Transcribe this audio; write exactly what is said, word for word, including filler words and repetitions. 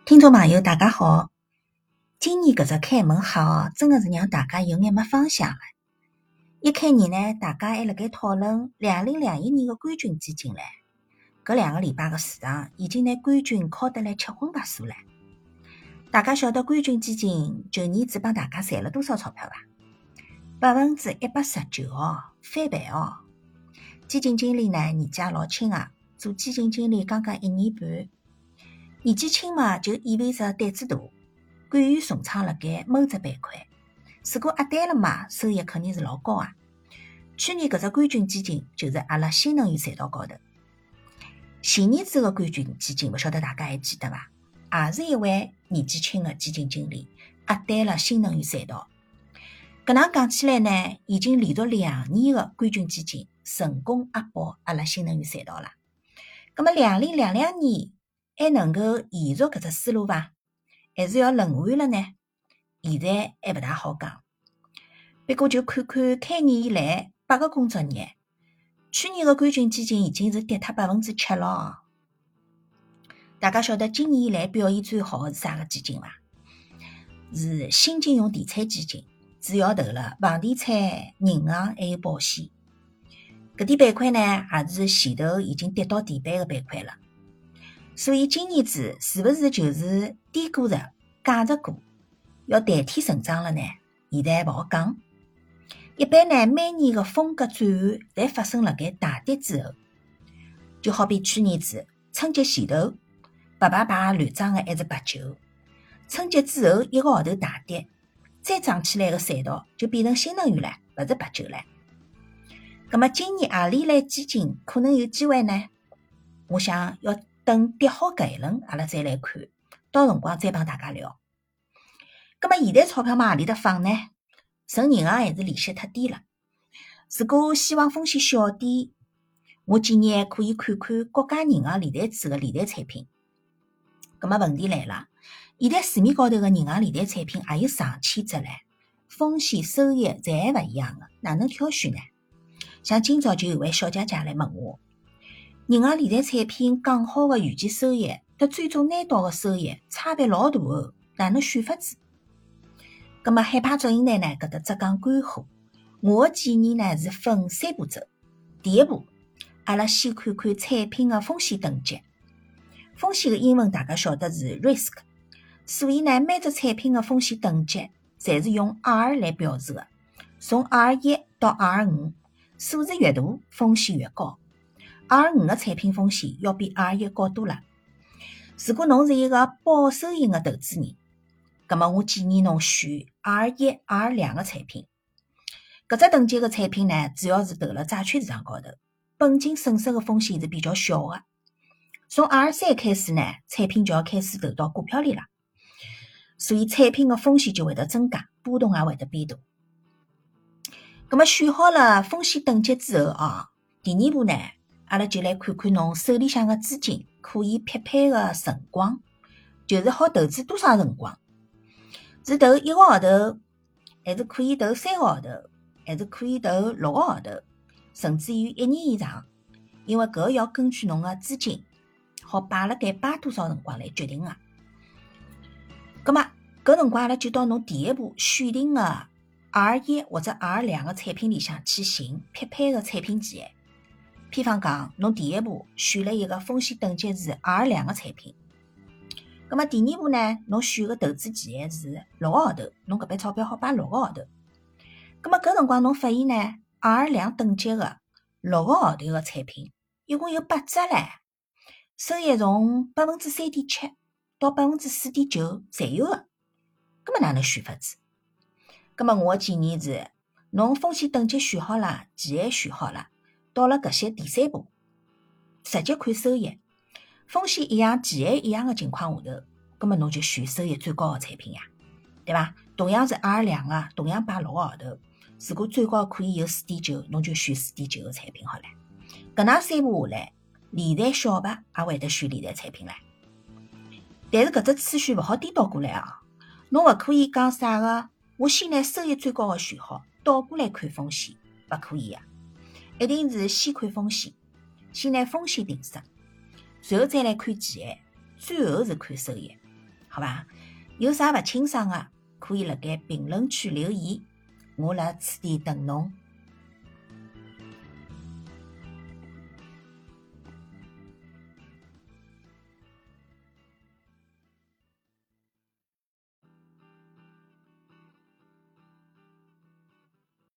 听众朋友大家好，今年搿只开门黑哦，真的是让大家有眼没方向了。一开年呢，大家还辣盖讨论二零二一年的冠军基金唻，搿两个礼拜的市场已经拿冠军敲得来七荤八素了。大家晓得冠军基金旧年子帮大家赚了多少钞票伐？百分之一百十九哦，翻倍哦。基金经理呢年纪也老轻啊，做基金经理刚刚一年半。年纪轻嘛，就意味着胆子大，敢于重仓辣盖某只板块。如果压对了嘛，收益肯定是老高啊。去年搿只冠军基金就是阿拉新能源赛道高头。前年子个冠军基金，勿晓得大家还记得伐？也是一位年纪轻的基金经理压对了新能源赛道。搿能讲起来呢，已经连续两年的冠军基金成功压爆阿拉新能源赛道了。葛末二零二两年还能够延续搿只思路伐？还是要轮换了呢？现在还勿大好讲。不过就看看开年以来八个工作日，去年的冠军基金已经是跌脱百分之七了。大家晓得今年以来表现最好的是啥个基金伐？是新金融地产基金，主要投了房地产、银行还有保险。搿点板块呢，也是前头已经跌到地板的板块了。所以今年子是不是就是低估值、价值股要代替成长了呢？现在还勿好讲。一般呢，每年的风格转换侪发生辣盖大跌之后，就好比去年子春节前头白白白乱涨的还是白酒，春节之后一个号头大跌，再涨起来的赛道就变成新能源了，勿是白酒了。那么今年何里类基金可能有机会呢？我想要等跌好搿一轮，阿拉再来看，到辰光再帮大家聊。咁么现在钞票嘛何里搭放呢？存银行还是利息太低了。如果希望风险小点，我建议可以看看国家银行理财处的理财产品。咁么问题来了，现在市面高头的银行理财产品也有上千只唻，风险收益侪勿一样的，哪能挑选呢？像今朝就有位小姐姐来问我，银行理财产品讲好的预期收益和最终拿到的收益差别老大的，哪能选法子？咁么海派作银队呢搿搭只讲干货，我的建议呢是分三步走。第一步，阿拉先看看产品的风险等级。风险的英文大家晓得是 risk， 所以呢每只产品的风险等级侪是用 R 来表示的，从 R 一 到 R 五，数字越大风险越高。R 五 的产品风险要比 R 一 高多了。如果侬是一个保守型的投资人，咁么我建议侬选 R 一、R 二 的产品。搿只等级的产品呢，主要是投了债券市场高头，本金损失的风险是比较小的。从 R 三 开始呢，产品就要开始投到股票里了，所以产品的风险就会得增加，波动也会得变大。咁么选好了风险等级之后啊，第二步呢，阿拉就来看看侬手里向的资金可以匹配的辰光，就是好投资多少辰光。是投一个号头，还是可以投三个号头，还是可以投六个号头，甚至于一年以上，因为搿要根据侬个资金好摆辣盖摆多少辰光来决定个。葛末搿辰光阿拉就到侬第一步选定个 R 一 或者 R 二 个产品里向去寻匹配个产品前。譬方讲，侬第一步选了一个风险等级是 R 二 个产品。咁么第二步呢，侬选个投资期限是六个号头，侬搿笔钞票好摆六个号头。咁么搿辰光侬发现呢 ，R 二 等级个六个号头个产品一共有八只唻，收益从 百分之三点七 到 百分之四点九 侪有个。咁么哪能选法子？咁么我建议是，侬风险等级选好了，期限选好了，到了搿些第三步，直接看收益。风险一样，期限一样的情况下头，葛末侬就选收益最高的产品呀，对伐？同样是 R 二 个，同样摆六个号头，如果最高可以有 四点九， 侬就选 四点九 个产品好了。搿能三步下来，理财小白也会得选理财产品唻。但是搿只次序勿好颠倒过来啊！侬勿可以讲啥个，我先拿收益最高的选好，倒过来看风险，勿可以啊！一定是先看风险，先拿风险定死。然后再来看期限，最后是看收益。 好伐？有啥勿清爽个，可以辣盖评论区留言，我辣此地等侬。